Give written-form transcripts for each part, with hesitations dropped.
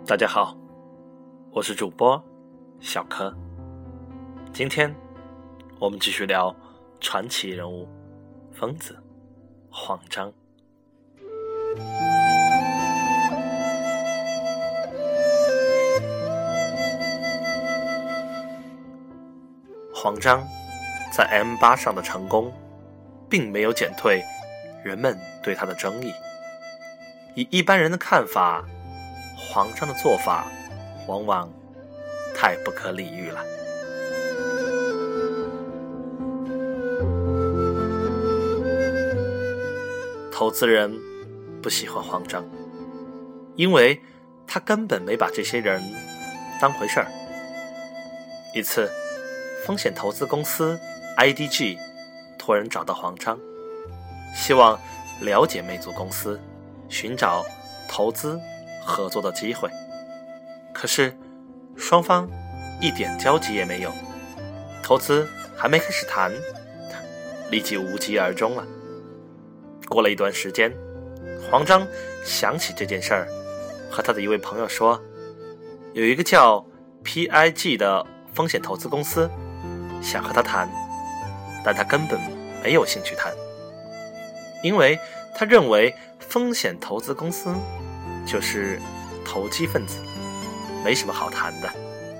大家好，我是主播小柯。今天我们继续聊传奇人物疯子黄章。黄章在 M8 上的成功并没有减退人们对他的争议。以一般人的看法，黄章的做法往往太不可理喻了。投资人不喜欢黄章，因为他根本没把这些人当回事儿。一次，风险投资公司 IDG 托人找到黄章，希望了解魅族公司，寻找投资合作的机会。可是双方一点交集也没有，投资还没开始谈，立即无疾而终了。过了一段时间，黄章想起这件事儿，和他的一位朋友说，有一个叫 PIG 的风险投资公司想和他谈，但他根本没有兴趣谈，因为他认为风险投资公司就是投机分子，没什么好谈的。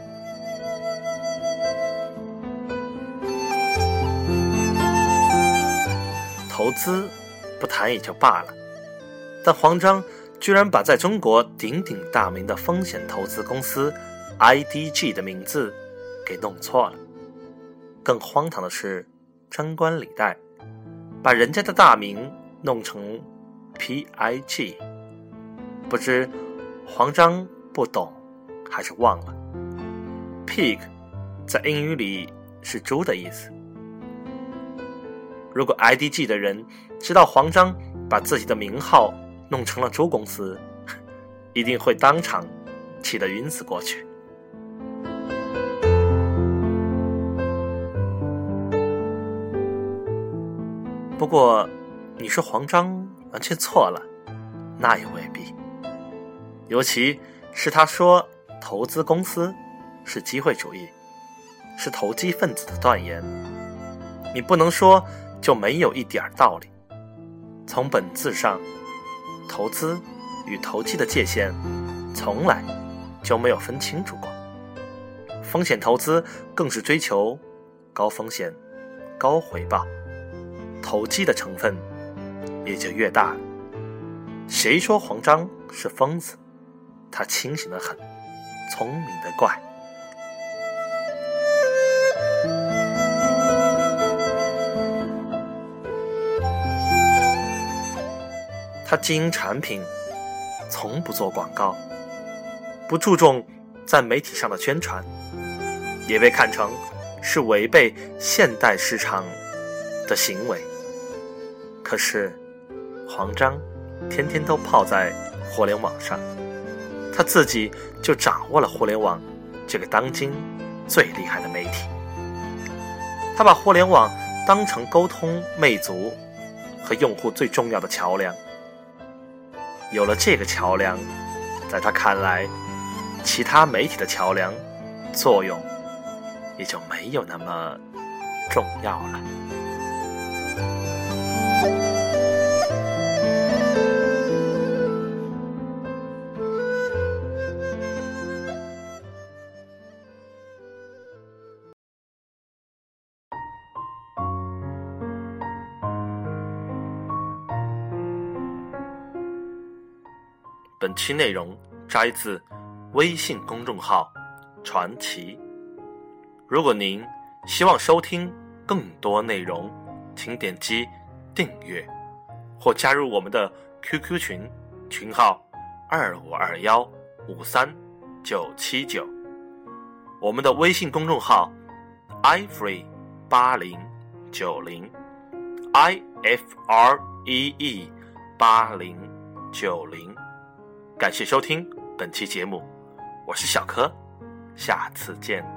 投资不谈也就罢了，但黄章居然把在中国鼎鼎大名的风险投资公司 IDG 的名字给弄错了。更荒唐的是，张冠李戴，把人家的大名弄成 PIG。 不知黄章不懂还是忘了， Pig 在英语里是猪的意思。如果 IDG 的人知道黄章把自己的名号弄成了猪公司，一定会当场气得晕死过去。不过你说黄章完全错了，那也未必。尤其是他说投资公司是机会主义，是投机分子的断言，你不能说就没有一点道理。从本质上，投资与投机的界限从来就没有分清楚过。风险投资更是追求高风险高回报，投机的成分也就越大了。谁说黄章是疯子？他清醒得很，聪明得怪。他经营产品，从不做广告，不注重在媒体上的宣传，也被看成是违背现代市场的行为。可是黄章天天都泡在互联网上，他自己就掌握了互联网这个当今最厉害的媒体。他把互联网当成沟通魅族和用户最重要的桥梁。有了这个桥梁，在他看来，其他媒体的桥梁作用也就没有那么重要了。本期内容摘自微信公众号传奇。如果您希望收听更多内容，请点击订阅或加入我们的 QQ 群，群号2521-53979。我们的微信公众号 ifree8090 ifree8090。感谢收听本期节目，我是小柯，下次见。